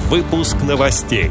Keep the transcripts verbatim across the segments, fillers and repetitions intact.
Выпуск новостей.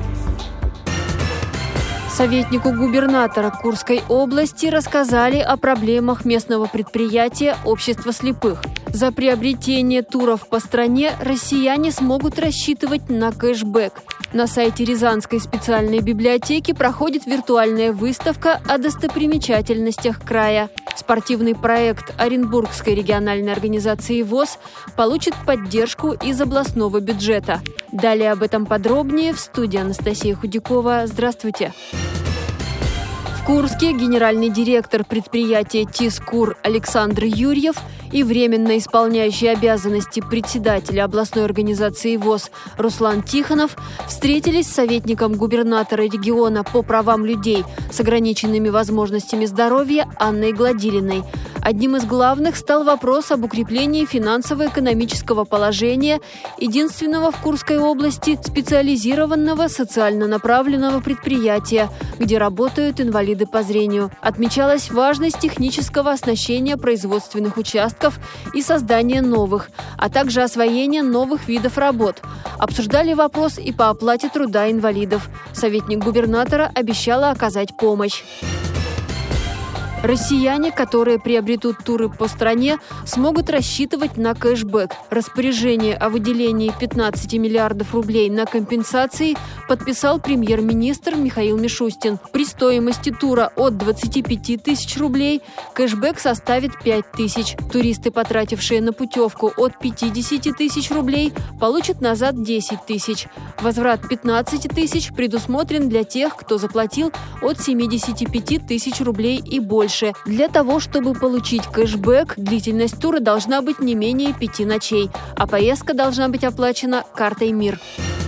Советнику губернатора Курской области рассказали о проблемах местного предприятия «Общество слепых». За приобретение туров по стране россияне смогут рассчитывать на кэшбэк. На сайте Рязанской специальной библиотеки проходит виртуальная выставка о достопримечательностях края. Спортивный проект Оренбургской региональной организации ВОС получит поддержку из областного бюджета. Далее об этом подробнее в студии Анастасия Худякова. Здравствуйте! В Курске генеральный директор предприятия ТИС-КУР Александр Юрьев и временно исполняющий обязанности председателя областной организации ВОС Руслан Тихонов встретились с советником губернатора региона по правам людей с ограниченными возможностями здоровья Анной Гладилиной. Одним из главных стал вопрос об укреплении финансово-экономического положения единственного в Курской области специализированного социально направленного предприятия, где работают инвалиды по зрению. Отмечалась важность технического оснащения производственных участков и создания новых, а также освоения новых видов работ. Обсуждали вопрос и по оплате труда инвалидов. Советник губернатора обещала оказать помощь. Россияне, которые приобретут туры по стране, смогут рассчитывать на кэшбэк. Распоряжение о выделении пятнадцати миллиардов рублей на компенсации подписал премьер-министр Михаил Мишустин. При стоимости тура от двадцати пяти тысяч рублей кэшбэк составит пять тысяч. Туристы, потратившие на путевку от пятидесяти тысяч рублей, получат назад десять тысяч. Возврат пятнадцати тысяч предусмотрен для тех, кто заплатил от семидесяти пяти тысяч рублей и больше. Для того, чтобы получить кэшбэк, длительность тура должна быть не менее пяти ночей, а поездка должна быть оплачена картой МИР.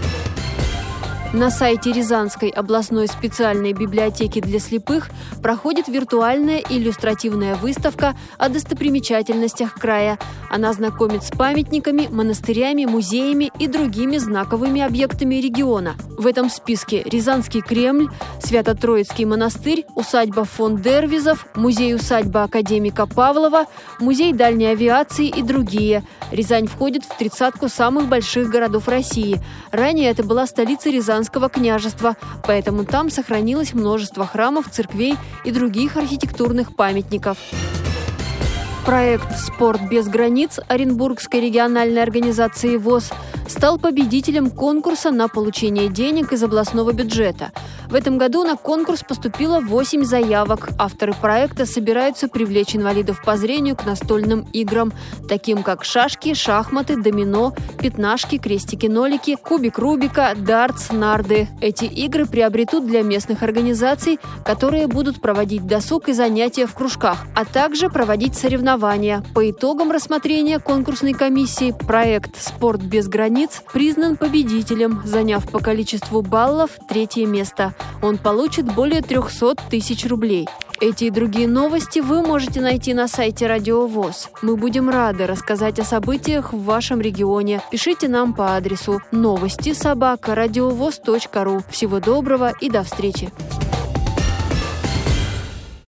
На сайте Рязанской областной специальной библиотеки для слепых проходит виртуальная иллюстративная выставка о достопримечательностях края. Она знакомит с памятниками, монастырями, музеями и другими знаковыми объектами региона. В этом списке Рязанский Кремль, Свято-Троицкий монастырь, усадьба фон Дервизов, музей-усадьба академика Павлова, музей дальней авиации и другие. Рязань входит в тридцатку самых больших городов России. Ранее это была столица Рязанского княжества, поэтому там сохранилось множество храмов, церквей и других архитектурных памятников. Проект «Спорт без границ» Оренбургской региональной организации ВОС стал победителем конкурса на получение денег из областного бюджета. В этом году на конкурс поступило восемь заявок. Авторы проекта собираются привлечь инвалидов по зрению к настольным играм, таким как шашки, шахматы, домино, пятнашки, крестики-нолики, кубик Рубика, дартс, нарды. Эти игры приобретут для местных организаций, которые будут проводить досуг и занятия в кружках, а также проводить соревнования. По итогам рассмотрения конкурсной комиссии проект «Спорт без границ» признан победителем, заняв по количеству баллов третье место. Он получит более трехсот тысяч рублей. Эти и другие новости вы можете найти на сайте Радио ВОС. Мы будем рады рассказать о событиях в вашем регионе. Пишите нам по адресу новости собака радиовос точка ру. Всего доброго и до встречи!